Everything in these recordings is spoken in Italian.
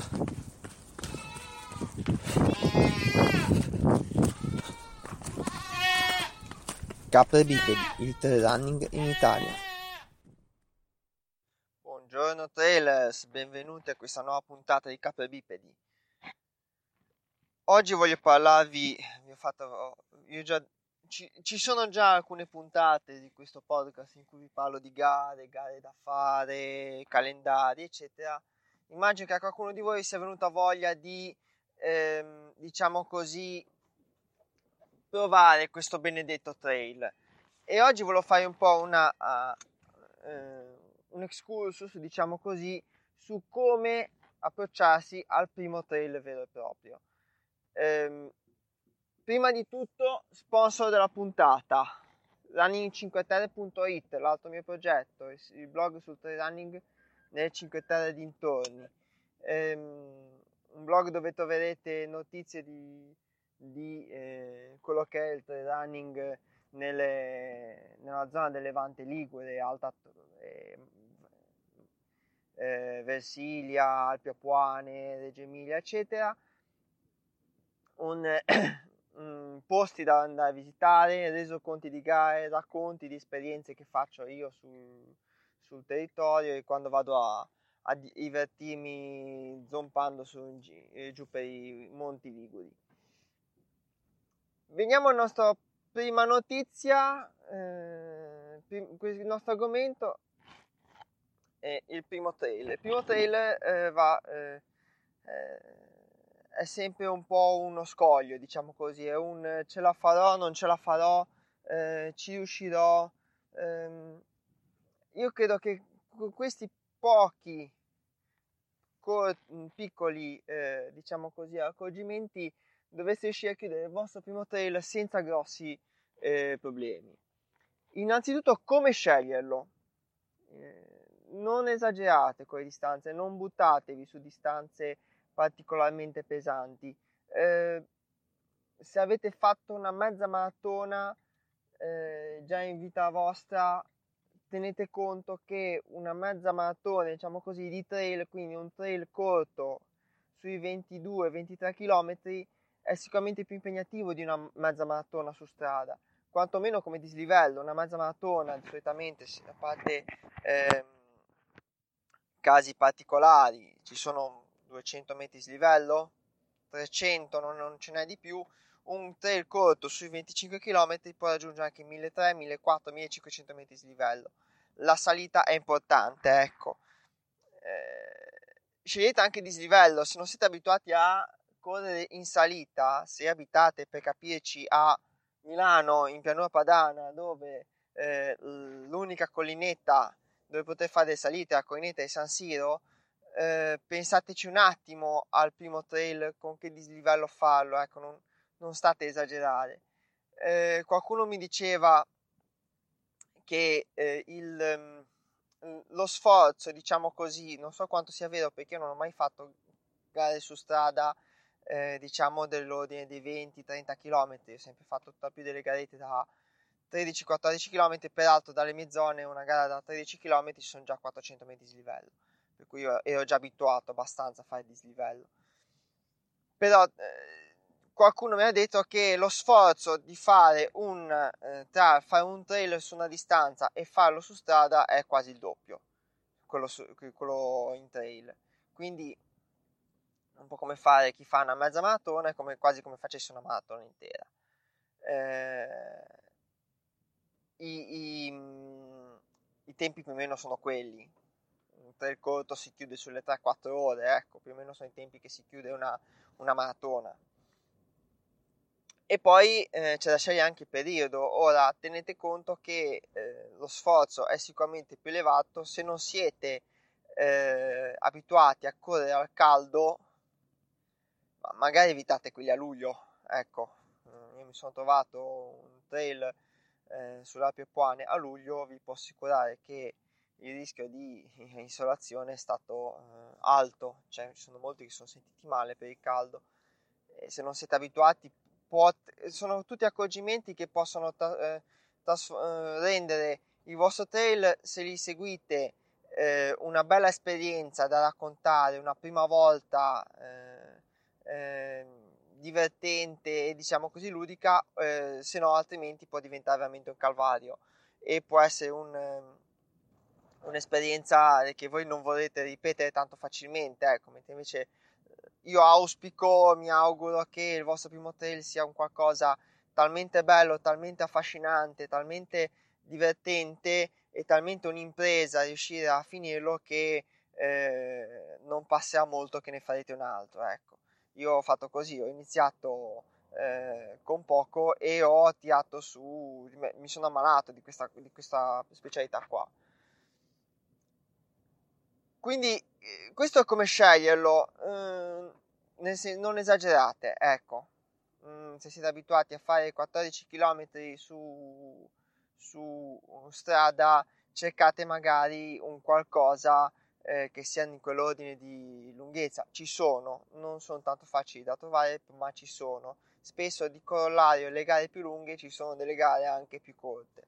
Capre bipedi, il trail running in Italia. Buongiorno trailers, benvenuti a questa nuova puntata di Capre bipedi. Oggi voglio parlarvi, ci sono già alcune puntate di questo podcast in cui vi parlo di gare da fare, calendari eccetera. Immagino che a qualcuno di voi sia venuta voglia di, diciamo così, provare questo benedetto trail, e oggi volevo fare un po' un excursus, diciamo così, su come approcciarsi al primo trail vero e proprio. Prima di tutto, sponsor della puntata, running5terre.it, l'altro mio progetto, il blog sul trail running nelle 5 Terre dintorni. Un blog dove troverete notizie di quello che è il trail running nella zona del Levante Ligure, Versilia, Alpi Apuane, Reggio Emilia eccetera. Posti da andare a visitare, resoconti di gare, racconti di esperienze che faccio io sul territorio e quando vado a divertirmi zompando giù per i monti liguri. Veniamo alla nostra prima notizia. Il nostro argomento è il primo trail. Il primo trail è sempre un po' uno scoglio, diciamo così, è un ce la farò, non ce la farò, ci riuscirò. Io credo che questi pochi piccoli, diciamo così, accorgimenti dovreste riuscire a chiudere il vostro primo trail senza grossi problemi. Innanzitutto, come sceglierlo? Non esagerate con le distanze, non buttatevi su distanze particolarmente pesanti. Se avete fatto una mezza maratona già in vita vostra, tenete conto che una mezza maratona, diciamo così, di trail, quindi un trail corto sui 22-23 km, è sicuramente più impegnativo di una mezza maratona su strada, quantomeno come dislivello. Una mezza maratona solitamente, a parte casi particolari, ci sono 200 metri di dislivello, 300 non ce n'è di più. Un trail corto sui 25 km può raggiungere anche 1300, 1400, 1500 metri di dislivello. La salita è importante, ecco. Scegliete anche dislivello. Se non siete abituati a correre in salita, se abitate, per capirci, a Milano, in pianura padana, dove l'unica collinetta dove poter fare salite è la collinetta di San Siro, pensateci un attimo al primo trail, con che dislivello farlo, ecco, non state a esagerare. Qualcuno mi diceva che lo sforzo, diciamo così, non so quanto sia vero perché io non ho mai fatto gare su strada, diciamo dell'ordine dei 20-30 km, ho sempre fatto tutta più delle garette da 13-14 km, peraltro dalle mie zone una gara da 13 km ci sono già 400 metri di dislivello, per cui io ero già abituato abbastanza a fare dislivello. Però qualcuno mi ha detto che lo sforzo di fare fare un trail su una distanza e farlo su strada è quasi il doppio, quello in trail. Quindi un po' come fare chi fa una mezza maratona, è quasi come facesse una maratona intera. I tempi più o meno sono quelli. Un trail corto si chiude sulle 3-4 ore, ecco, più o meno sono i tempi che si chiude una maratona. E poi c'è da scegliere anche il periodo. Ora tenete conto che lo sforzo è sicuramente più elevato se non siete abituati a correre al caldo. Magari evitate quelli a luglio, ecco. Io mi sono trovato un trail sull'Alpi Apuane a luglio, vi posso assicurare che il rischio di insolazione è stato alto, cioè ci sono molti che si sono sentiti male per il caldo, e se non siete abituati sono tutti accorgimenti che possono rendere il vostro trail, se li seguite una bella esperienza da raccontare, una prima volta divertente e diciamo così ludica, se no altrimenti può diventare veramente un calvario e può essere un'esperienza che voi non vorrete ripetere tanto facilmente, ecco, mentre invece io mi auguro che il vostro primo trail sia un qualcosa talmente bello, talmente affascinante, talmente divertente e talmente un'impresa riuscire a finirlo che non passerà molto che ne farete un altro, ecco. Io ho fatto così, ho iniziato con poco e ho tirato su, mi sono ammalato di questa specialità qua. Quindi questo è come sceglierlo, non esagerate, ecco. Se siete abituati a fare 14 km su strada, cercate magari un qualcosa che sia in quell'ordine di lunghezza. Ci sono, non sono tanto facili da trovare, ma ci sono. Spesso di corollario le gare più lunghe ci sono delle gare anche più corte.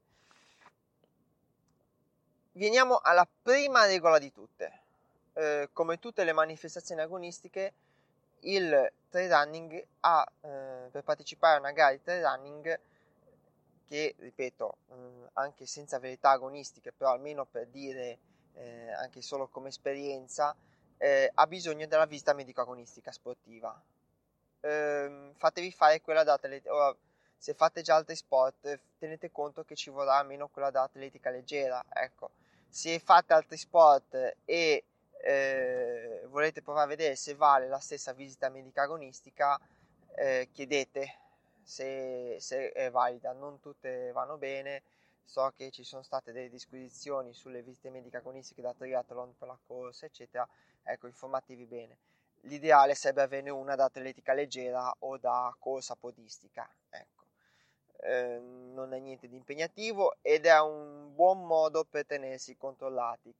Veniamo alla prima regola di tutte. Come tutte le manifestazioni agonistiche, il trail running per partecipare a una gara di trail running, che ripeto, anche senza verità agonistiche, però almeno per dire, anche solo come esperienza, ha bisogno della visita medico-agonistica sportiva. Fatevi fare quella da atletica. Ora, se fate già altri sport, tenete conto che ci vorrà almeno quella da atletica leggera, ecco. Se fate altri sport e volete provare a vedere se vale la stessa visita medica agonistica, chiedete se è valida. Non tutte vanno bene, so che ci sono state delle disquisizioni sulle visite mediche agonistiche da triathlon per la corsa eccetera, ecco, informatevi bene. L'ideale sarebbe averne una da atletica leggera o da corsa podistica, ecco. Non è niente di impegnativo ed è un buon modo per tenersi controllati,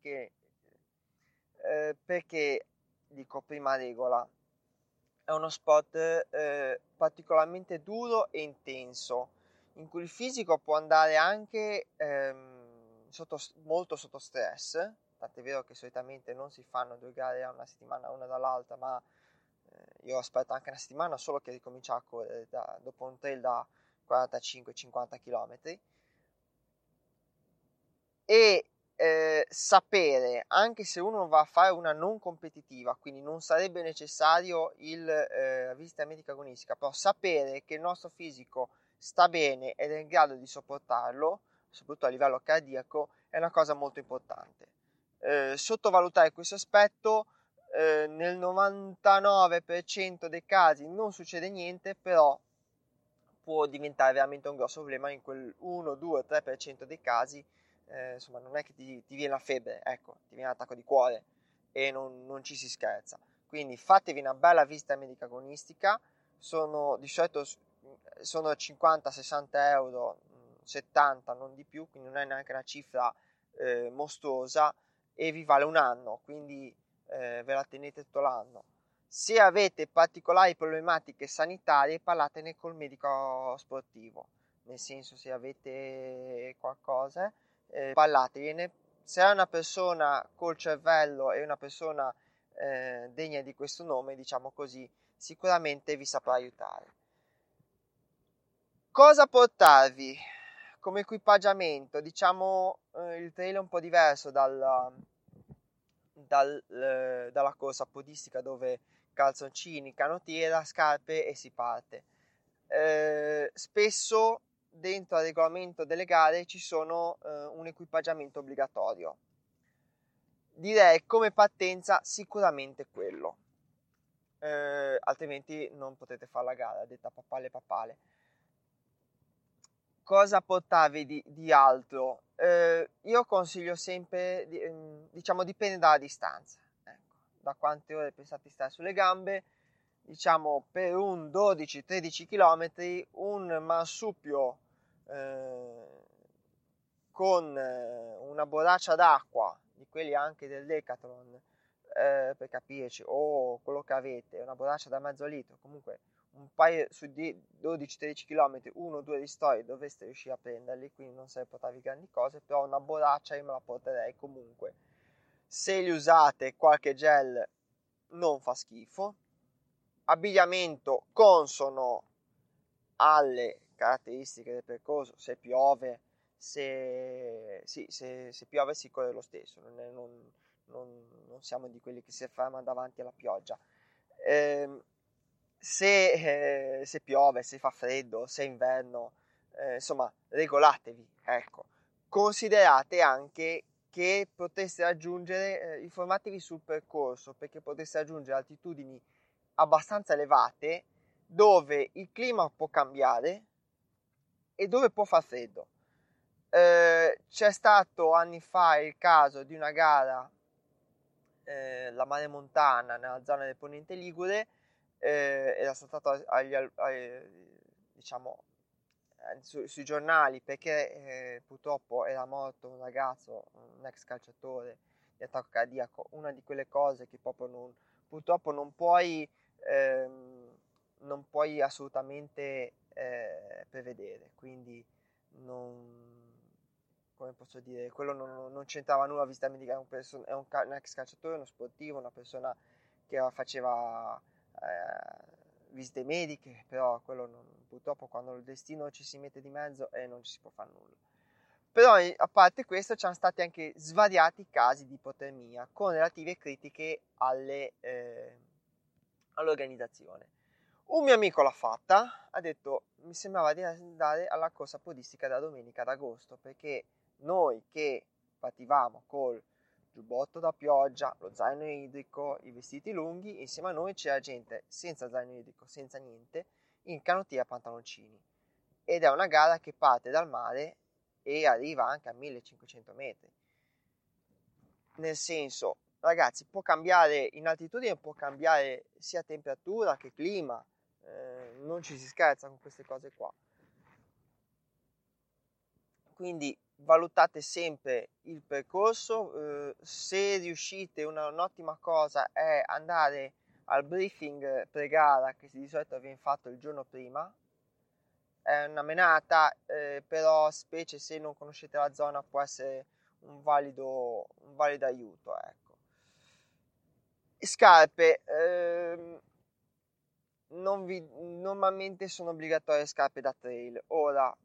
perché, dico prima regola, è uno sport particolarmente duro e intenso, in cui il fisico può andare anche molto sotto stress, tant'è vero che solitamente non si fanno 2 gare a una settimana una dall'altra, ma io aspetto anche una settimana solo che ricomincia a correre dopo un trail da 45-50 km e sapere, anche se uno va a fare una non competitiva, quindi non sarebbe necessario la visita medica agonistica, però sapere che il nostro fisico sta bene ed è in grado di sopportarlo, soprattutto a livello cardiaco, è una cosa molto importante. Sottovalutare questo aspetto, nel 99% dei casi non succede niente, però può diventare veramente un grosso problema in quel 1, 2, 3% dei casi. Insomma, non è che ti viene la febbre, ecco, ti viene l'attacco di cuore e non ci si scherza. Quindi fatevi una bella visita medica agonistica, di solito sono 50-60 euro, 70 non di più, quindi non è neanche una cifra mostruosa e vi vale un anno, quindi ve la tenete tutto l'anno. Se avete particolari problematiche sanitarie, parlatene col medico sportivo, nel senso, se avete qualcosa, parlatene. Se è una persona col cervello e una persona degna di questo nome, diciamo così, sicuramente vi saprà aiutare. Cosa portarvi come equipaggiamento? Diciamo il trail è un po' diverso dalla corsa podistica, dove calzoncini, canottiera, scarpe e si parte. Spesso dentro al regolamento delle gare ci sono un equipaggiamento obbligatorio. Direi come partenza sicuramente quello, altrimenti non potete fare la gara, detta papale. Cosa portarvi di altro? Io consiglio sempre, diciamo, dipende dalla distanza, ecco, da quante ore pensate di stare sulle gambe. Diciamo, per un 12-13 km un marsupio con una borraccia d'acqua, di quelli anche del Decathlon, per capirci, o quello che avete, una borraccia da mezzo litro, comunque un paio su 12-13 km, 1-2 ristori dovreste riuscire a prenderli, quindi non serve portarvi grandi cose, però una borraccia io me la porterei comunque. se li usate qualche gel non fa schifo, abbigliamento consono alle caratteristiche del percorso, se piove, se piove si corre lo stesso, non siamo di quelli che si fermano davanti alla pioggia. Se piove, se fa freddo, se è inverno, insomma, regolatevi, ecco. Considerate anche che potreste raggiungere, informatevi sul percorso, perché potreste raggiungere altitudini abbastanza elevate dove il clima può cambiare e dove può far freddo. C'è stato anni fa il caso di una gara, la Mare Montana, nella zona del Ponente Ligure, era stato diciamo sui giornali perché purtroppo era morto un ragazzo, un ex calciatore di attacco cardiaco, una di quelle cose che proprio purtroppo non puoi assolutamente prevedere, quindi come posso dire, quello non c'entrava nulla visita medica, è un ex calciatore, uno sportivo, una persona che faceva visite mediche, però quello purtroppo quando il destino ci si mette di mezzo non ci si può fare nulla. Però a parte questo c'erano stati anche svariati casi di ipotermia con relative critiche all'organizzazione. Un mio amico l'ha fatta, ha detto mi sembrava di andare alla corsa podistica da domenica d'agosto, perché noi che partivamo col giubbotto da pioggia, lo zaino idrico, i vestiti lunghi, insieme a noi c'era gente senza zaino idrico, senza niente, in canottiera e pantaloncini. Ed è una gara che parte dal mare e arriva anche a 1500 metri. Nel senso, ragazzi, può cambiare in altitudine, può cambiare sia temperatura che clima, non ci si scherza con queste cose qua. Quindi valutate sempre il percorso, se riuscite un'ottima cosa è andare al briefing pre-gara che di solito viene fatto il giorno prima, è una menata, però specie se non conoscete la zona può essere un valido aiuto, ecco. Scarpe, normalmente sono obbligatorie scarpe da trail. Ora,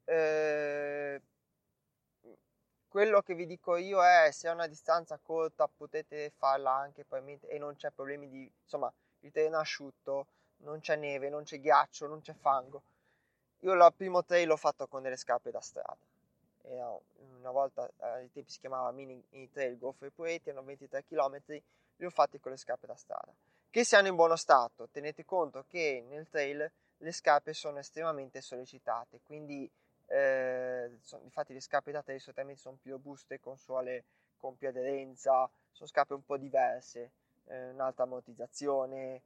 quello che vi dico io è, se è una distanza corta potete farla anche probabilmente e non c'è problemi insomma, il terreno è asciutto, non c'è neve, non c'è ghiaccio, non c'è fango. Io il primo trail l'ho fatto con delle scarpe da strada. Una volta, ai tempi si chiamava mini trail Gopher Poeti, erano 23 km, li ho fatti con le scarpe da strada. Che siano in buono stato, tenete conto che nel trail le scarpe sono estremamente sollecitate, quindi infatti le scarpe da trail solitamente sono più robuste, con suole con più aderenza, sono scarpe un po' diverse, un'alta ammortizzazione.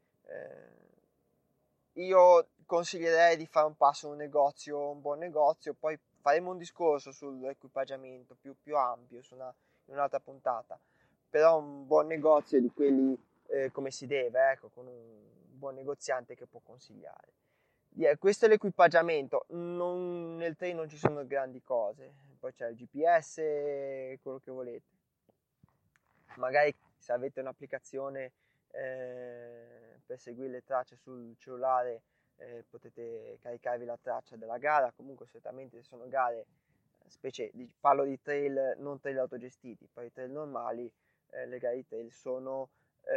Io consiglierei di fare un passo in un buon negozio, poi faremo un discorso sull'equipaggiamento più ampio in un'altra puntata, però un buon negozio di quelli come si deve, ecco, con un buon negoziante che può consigliare. Questo è l'equipaggiamento, nel trail non ci sono grandi cose, poi c'è il GPS, quello che volete. Magari se avete un'applicazione per seguire le tracce sul cellulare potete caricarvi la traccia della gara. Comunque solitamente sono gare parlo di trail, non trail autogestiti, poi i trail normali, le gare di trail sono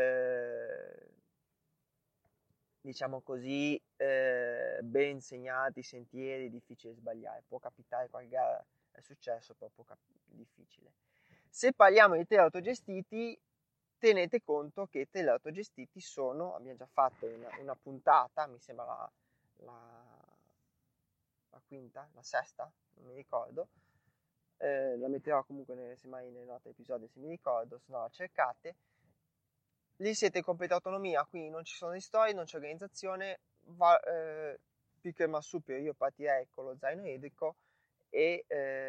diciamo così ben segnati sentieri, difficili da sbagliare. Può capitare qualche gara, è successo, però difficile. Se parliamo di trail autogestiti, tenete conto che i trail autogestiti abbiamo già fatto una puntata, mi sembra la quinta, la sesta, non mi ricordo, la metterò comunque semmai nelle note episodio se mi ricordo, se no la cercate. Lì siete in completa autonomia, quindi non ci sono ristori, non c'è organizzazione, più che il marsupio io partirei con lo zaino idrico e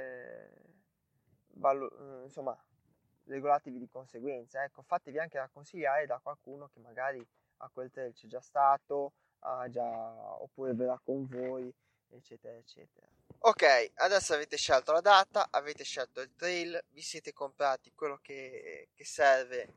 insomma regolatevi di conseguenza, ecco, fatevi anche da consigliare da qualcuno che magari a quel trail c'è già stato, oppure verrà con voi, eccetera eccetera. Ok, adesso avete scelto la data, avete scelto il trail, vi siete comprati quello che serve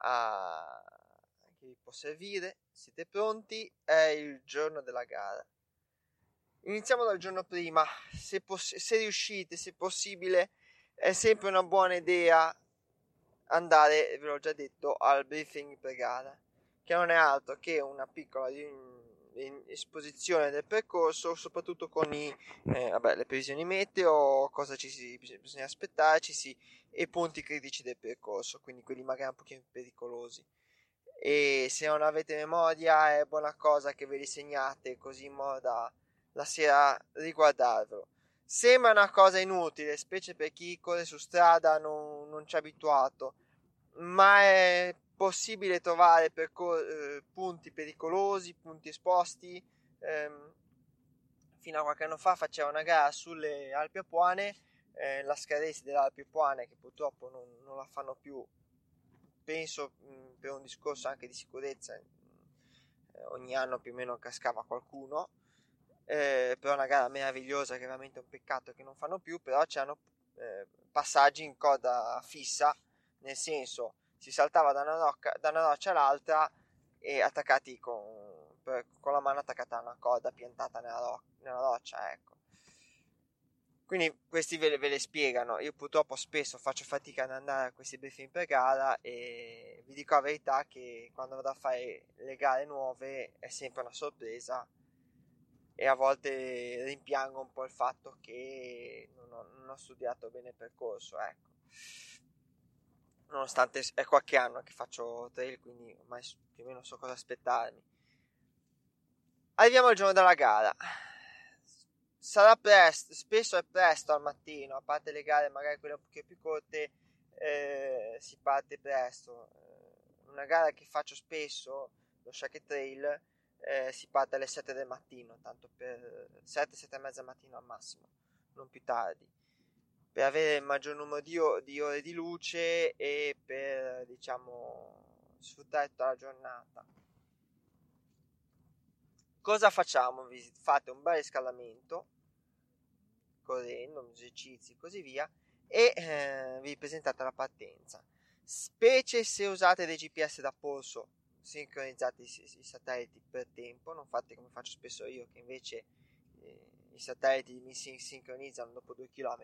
che vi può servire, siete pronti, è il giorno della gara. Iniziamo dal giorno prima, se riuscite, se possibile, è sempre una buona idea andare, ve l'ho già detto, al briefing pre-gara, che non è altro che una piccola esposizione del percorso, soprattutto con le previsioni meteo, cosa bisogna aspettarci e punti critici del percorso, quindi quelli magari un pochino pericolosi. E se non avete memoria è buona cosa che ve li segnate, così in modo da la sera riguardarvelo. Sembra una cosa inutile, specie per chi corre su strada, non ci è abituato, ma è possibile trovare punti pericolosi, punti esposti. Fino a qualche anno fa faceva una gara sulle Alpi Apuane, la Scaresi delle Alpi Apuane, che purtroppo non la fanno più, penso per un discorso anche di sicurezza. Ogni anno più o meno cascava qualcuno, però è una gara meravigliosa, che è veramente un peccato che non fanno più. Però c'erano passaggi in coda fissa, nel senso si saltava da una roccia all'altra e attaccati con la mano attaccata a una coda piantata nella roccia, ecco. Quindi questi ve le spiegano. Io purtroppo spesso faccio fatica ad andare a questi briefing per gara, e vi dico la verità che quando vado a fare le gare nuove è sempre una sorpresa, e a volte rimpiango un po' il fatto che non ho studiato bene il percorso, ecco. Nonostante è qualche anno che faccio trail, quindi ormai più o meno so cosa aspettarmi. Arriviamo al giorno della gara. Sarà presto, spesso è presto al mattino, a parte le gare magari quelle un pochino più corte, si parte presto. Una gara che faccio spesso, lo Shake Trail, si parte alle 7 del mattino, tanto per 7 e mezza mattino al massimo, non più tardi, per avere il maggior numero di ore di luce e per, diciamo, sfruttare tutta la giornata. Cosa facciamo? Vi fate un bel riscaldamento correndo, esercizi, così via, e vi presentate alla partenza. Specie se usate dei GPS da polso, sincronizzate i satelliti per tempo, non fate come faccio spesso io, che invece i satelliti mi si sincronizzano dopo 2 km,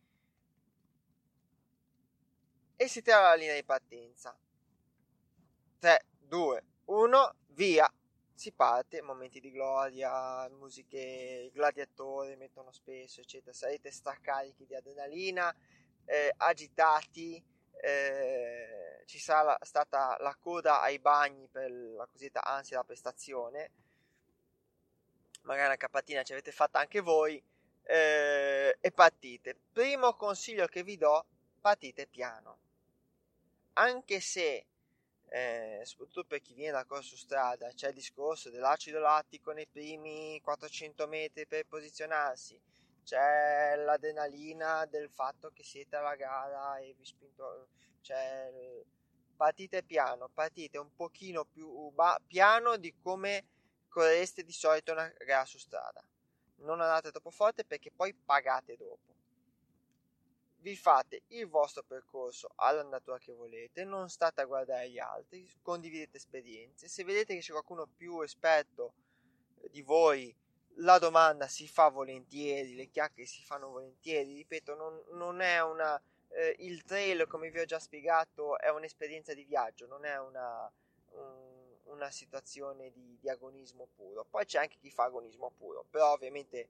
e siete alla linea di partenza. 3, 2, 1, via! Si parte, momenti di gloria, musiche, i gladiatori mettono spesso, eccetera. Sarete stracarichi di adrenalina, agitati, ci sarà stata la coda ai bagni per la cosiddetta ansia da prestazione, magari una capatina ci avete fatta anche voi, e partite. Primo consiglio che vi do: partite piano, anche se soprattutto per chi viene da corsa su strada c'è il discorso dell'acido lattico nei primi 400 metri per posizionarsi, c'è l'adrenalina del fatto che siete alla gara e vi spinto, partite piano, partite un pochino più piano di come correste di solito una gara su strada, non andate troppo forte perché poi pagate dopo. Vi fate il vostro percorso all'andatura che volete, non state a guardare gli altri, condividete esperienze. Se vedete che c'è qualcuno più esperto di voi, la domanda si fa volentieri, le chiacchiere si fanno volentieri. Ripeto, non è il trail, come vi ho già spiegato, è un'esperienza di viaggio, non è una situazione di agonismo puro. Poi c'è anche chi fa agonismo puro, però ovviamente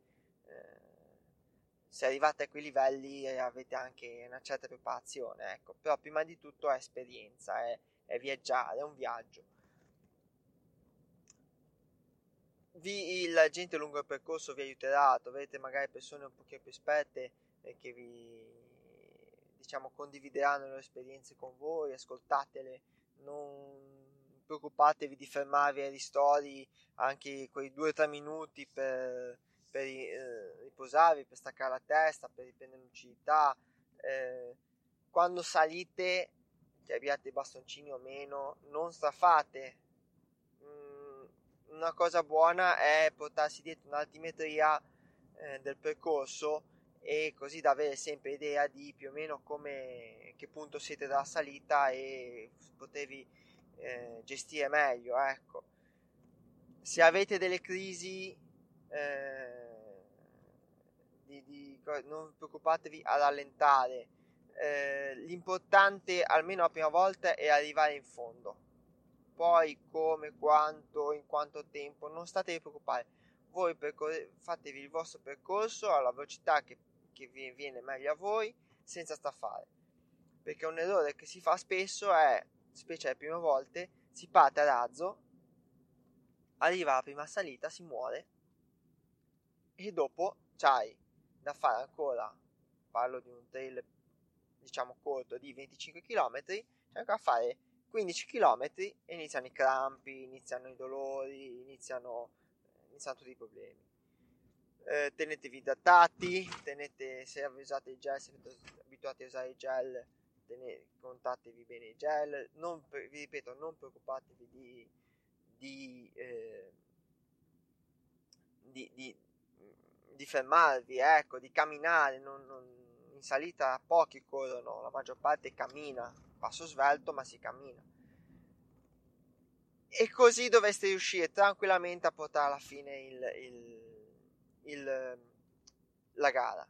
se arrivate a quei livelli avete anche una certa preparazione, ecco. Però prima di tutto è esperienza, è viaggiare, è un viaggio. La gente lungo il percorso vi aiuterà, troverete magari persone un pochino più esperte che vi, diciamo, condivideranno le loro esperienze con voi, ascoltatele, non preoccupatevi di fermarvi ai ristori anche quei 2 o 3 minuti per riposarvi, per staccare la testa, per riprendere lucidità. Quando salite, che abbiate bastoncini o meno, non strafate. Una cosa buona è portarsi dietro un'altimetria del percorso, e così da avere sempre idea di più o meno che punto siete dalla salita e potevi gestire meglio, ecco. Se avete delle crisi, non preoccupatevi a rallentare. L'importante, almeno la prima volta, è arrivare in fondo. Poi come, quanto, in quanto tempo, non state preoccupati. Voi fatevi il vostro percorso alla velocità che vi viene meglio a voi, senza staffare. Perché un errore che si fa spesso è, specie le prime volte, si parte a razzo, arriva la prima salita, si muore, e dopo c'hai da fare ancora, parlo di un trail diciamo corto di 25 km, c'è ancora a fare 15 km e iniziano i crampi, iniziano i dolori, iniziano tutti i problemi. Tenetevi idratati, se usate il gel, se siete abituati a usare il gel, contatevi bene il gel, vi ripeto, non preoccupatevi di fermarvi, ecco, di camminare, in salita pochi corrono, la maggior parte cammina, passo svelto ma si cammina. E così dovreste riuscire tranquillamente a portare alla fine la gara.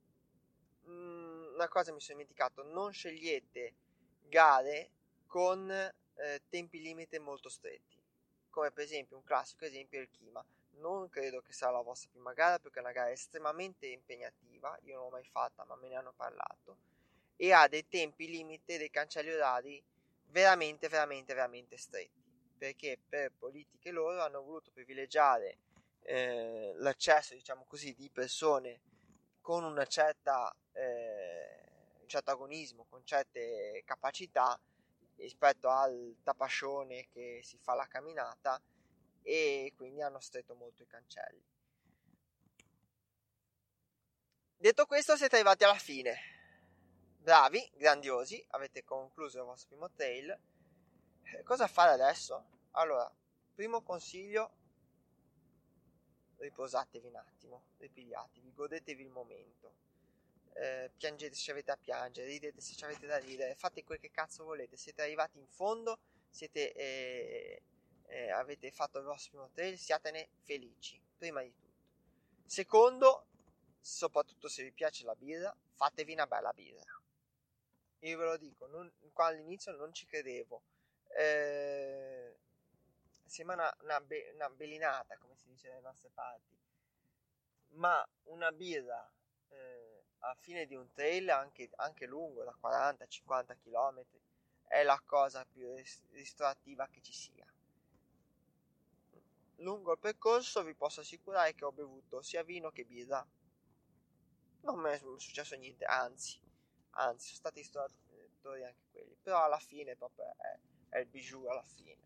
Una cosa mi sono dimenticato, non scegliete gare con tempi limite molto stretti, come per esempio un classico esempio è il Kima. Non credo che sarà la vostra prima gara, perché è una gara estremamente impegnativa, io non l'ho mai fatta ma me ne hanno parlato, e ha dei tempi limite, dei cancelli orari veramente veramente veramente stretti, perché per politiche loro hanno voluto privilegiare l'accesso, diciamo così, di persone con un certo agonismo, con certe capacità, rispetto al tapascione che si fa la camminata, e quindi hanno stretto molto i cancelli. Detto questo, siete arrivati alla fine. Bravi, grandiosi, avete concluso il vostro primo trail. Cosa fare adesso? Allora, primo consiglio: riposatevi un attimo, ripigliatevi, godetevi il momento. Piangete se avete a piangere, ridete se avete da ridere, fate quel che cazzo volete. Siete arrivati in fondo, avete fatto il vostro primo trail, siatene felici, prima di tutto. Secondo, soprattutto se vi piace la birra, fatevi una bella birra. Io ve lo dico, qua all'inizio non ci credevo, sembra una belinata, come si dice dalle nostre parti, ma una birra a fine di un trail anche lungo, da 40-50 km, è la cosa più ristorativa che ci sia. Lungo il percorso vi posso assicurare che ho bevuto sia vino che birra, non mi è successo niente, anzi sono stati ristoratori anche quelli, però alla fine proprio è il bijou alla fine.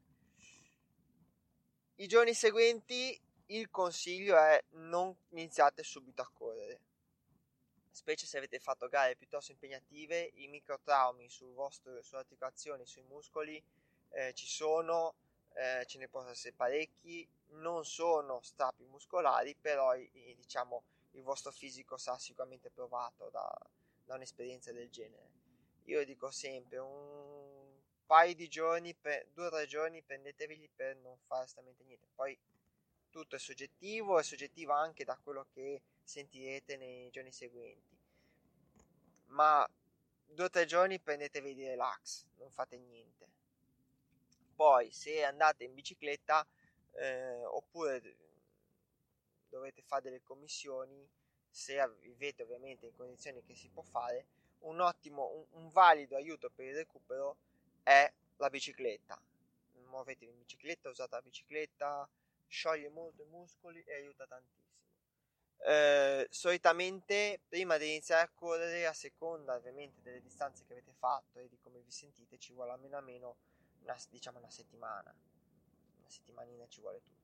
I giorni seguenti il consiglio è: non iniziate subito a correre, specie se avete fatto gare piuttosto impegnative. I microtraumi sulle articolazioni, sui muscoli ci sono, ce ne possono essere parecchi, non sono strappi muscolari, però diciamo il vostro fisico sarà sicuramente provato da un'esperienza del genere. Io dico sempre, un paio di giorni, 2 o 3 giorni prendeteveli per non fare assolutamente niente. Poi tutto è soggettivo anche da quello che sentirete nei giorni seguenti, ma 2 o 3 giorni prendetevi di relax, non fate niente. Poi se andate in bicicletta oppure dovete fare delle commissioni, se vivete ovviamente in condizioni che si può fare, un valido aiuto per il recupero è la bicicletta. Muovetevi in bicicletta, usate la bicicletta, scioglie molto i muscoli e aiuta tantissimo. Solitamente prima di iniziare a correre, a seconda ovviamente delle distanze che avete fatto e di come vi sentite, ci vuole almeno una settimanina ci vuole tutta,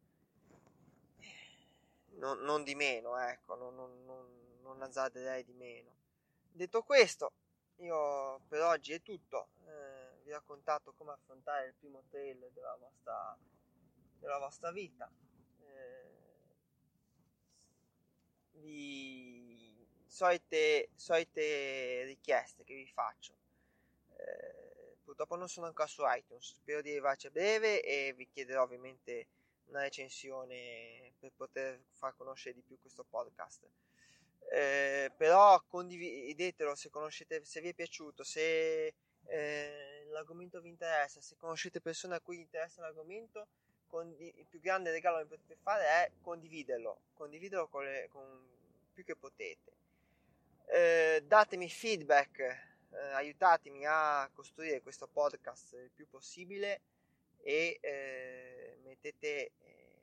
non di meno, ecco, non azzarderei di meno. Detto questo, io per oggi è tutto. Vi ho raccontato come affrontare il primo trail della vostra vita. di solite richieste che vi faccio. Purtroppo non sono ancora su iTunes, spero di arrivarci a breve e vi chiederò ovviamente una recensione per poter far conoscere di più questo podcast. Però condividetelo se conoscete, se vi è piaciuto, se l'argomento vi interessa, se conoscete persone a cui interessa l'argomento, il più grande regalo che potete fare è condividerlo con più che potete. Datemi feedback, aiutatemi a costruire questo podcast il più possibile e mettete,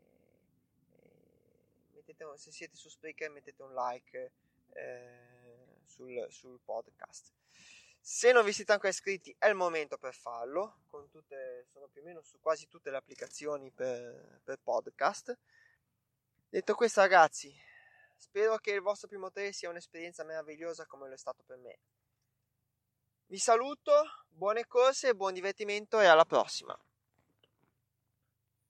se siete su Spreaker, mettete un like sul podcast. Se non vi siete ancora iscritti è il momento per farlo, sono più o meno su quasi tutte le applicazioni per podcast. Detto questo, ragazzi, spero che il vostro primo tre sia un'esperienza meravigliosa come lo è stato per me. Vi saluto, buone corse, buon divertimento e alla prossima.